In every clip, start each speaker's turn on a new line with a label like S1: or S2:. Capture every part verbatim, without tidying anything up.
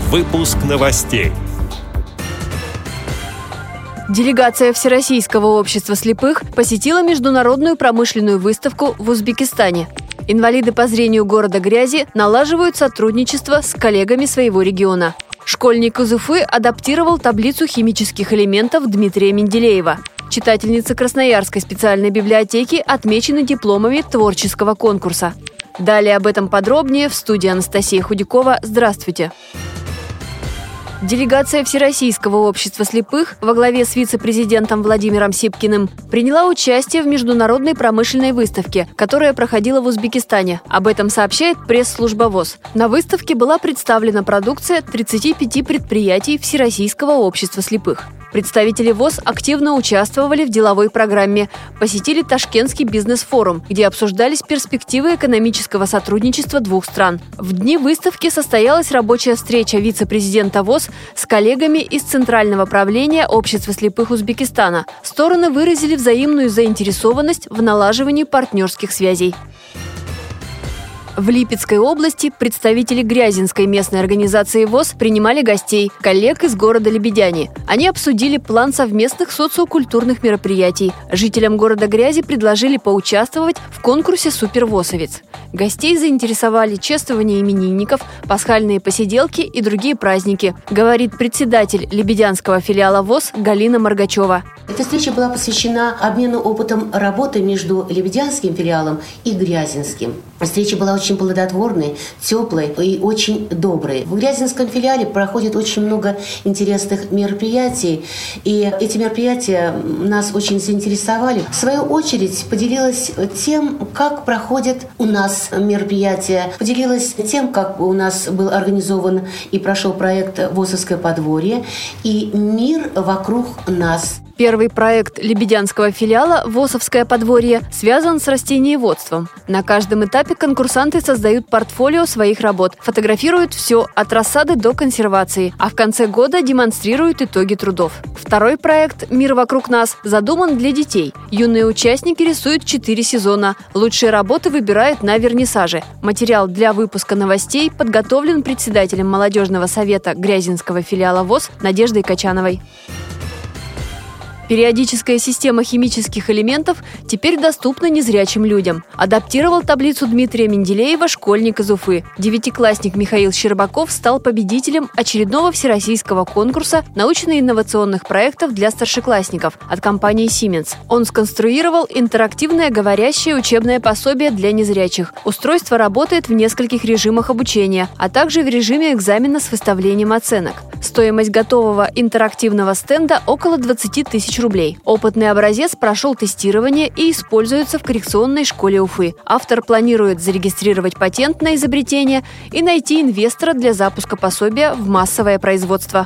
S1: Выпуск новостей.
S2: Делегация Всероссийского общества слепых посетила международную промышленную выставку в Узбекистане. Инвалиды по зрению города Грязи налаживают сотрудничество с коллегами своего региона. Школьник из Уфы адаптировал таблицу химических элементов Дмитрия Менделеева. Читательницы Красноярской специальной библиотеки отмечены дипломами творческого конкурса. Далее об этом подробнее в студии Анастасия Худякова. Здравствуйте! Делегация Всероссийского общества слепых во главе с вице-президентом Владимиром Сипкиным приняла участие в международной промышленной выставке, которая проходила в Узбекистане. Об этом сообщает пресс-служба ВОС. На выставке была представлена продукция тридцати пяти предприятий Всероссийского общества слепых. Представители ВОС активно участвовали в деловой программе, посетили Ташкентский бизнес-форум, где обсуждались перспективы экономического сотрудничества двух стран. В дни выставки состоялась рабочая встреча вице-президента ВОС с коллегами из Центрального правления Общества слепых Узбекистана. Стороны выразили взаимную заинтересованность в налаживании партнерских связей. В Липецкой области представители Грязинской местной организации ВОС принимали гостей, коллег из города Лебедяне. Они обсудили план совместных социокультурных мероприятий. Жителям города Грязи предложили поучаствовать в конкурсе «Супервосовец». Гостей заинтересовали чествование именинников, пасхальные посиделки и другие праздники, говорит председатель лебедянского филиала ВОС Галина Маргачева.
S3: Эта встреча была посвящена обмену опытом работы между лебедянским филиалом и Грязинским. Встреча была очень плодотворной, теплой и очень доброй. В Грязинском филиале проходит очень много интересных мероприятий, и эти мероприятия нас очень заинтересовали. В свою очередь поделилась тем, как проходят у нас мероприятия, поделилась тем, как у нас был организован и прошел проект «ВОСовское подворье» и «Мир вокруг нас».
S2: Первый проект лебедянского филиала «ВОСовское подворье» связан с растениеводством. На каждом этапе конкурсанты создают портфолио своих работ, фотографируют все от рассады до консервации, а в конце года демонстрируют итоги трудов. Второй проект «Мир вокруг нас» задуман для детей. Юные участники рисуют четыре сезона. Лучшие работы выбирают на вернисаже. Материал для выпуска новостей подготовлен председателем молодежного совета Грязинского филиала ВОС Надеждой Качановой. Периодическая система химических элементов теперь доступна незрячим людям. Адаптировал таблицу Дмитрия Менделеева школьник из Уфы. Девятиклассник Михаил Щербаков стал победителем очередного всероссийского конкурса научно-инновационных проектов для старшеклассников от компании Siemens. Он сконструировал интерактивное говорящее учебное пособие для незрячих. Устройство работает в нескольких режимах обучения, а также в режиме экзамена с выставлением оценок. Стоимость готового интерактивного стенда около двадцати тысяч рублей. Опытный образец прошел тестирование и используется в коррекционной школе Уфы. Автор планирует зарегистрировать патент на изобретение и найти инвестора для запуска пособия в массовое производство.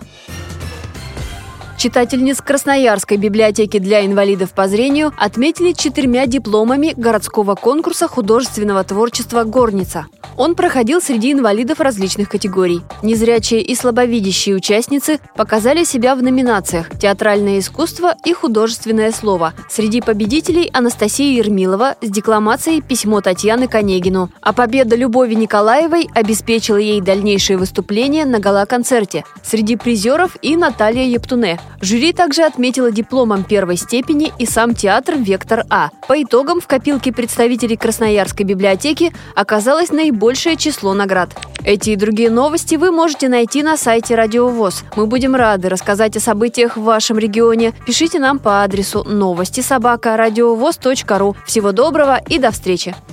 S2: Читательниц Красноярской библиотеки для инвалидов по зрению отметили четырьмя дипломами городского конкурса художественного творчества «Горница». Он проходил среди инвалидов различных категорий. Незрячие и слабовидящие участницы показали себя в номинациях «Театральное искусство» и «Художественное слово». Среди победителей Анастасия Ермилова с декламацией «Письмо Татьяны к Онегину». А победа Любови Николаевой обеспечила ей дальнейшее выступление на гала-концерте. Среди призеров и Наталья Ептуне. Жюри также отметило дипломом первой степени и сам театр «Вектор А». По итогам в копилке представителей Красноярской библиотеки оказалось наибольшее число наград. Эти и другие новости вы можете найти на сайте Радио ВОС. Мы будем рады рассказать о событиях в вашем регионе. Пишите нам по адресу новости собака радиовос точка ру. Всего доброго и до встречи!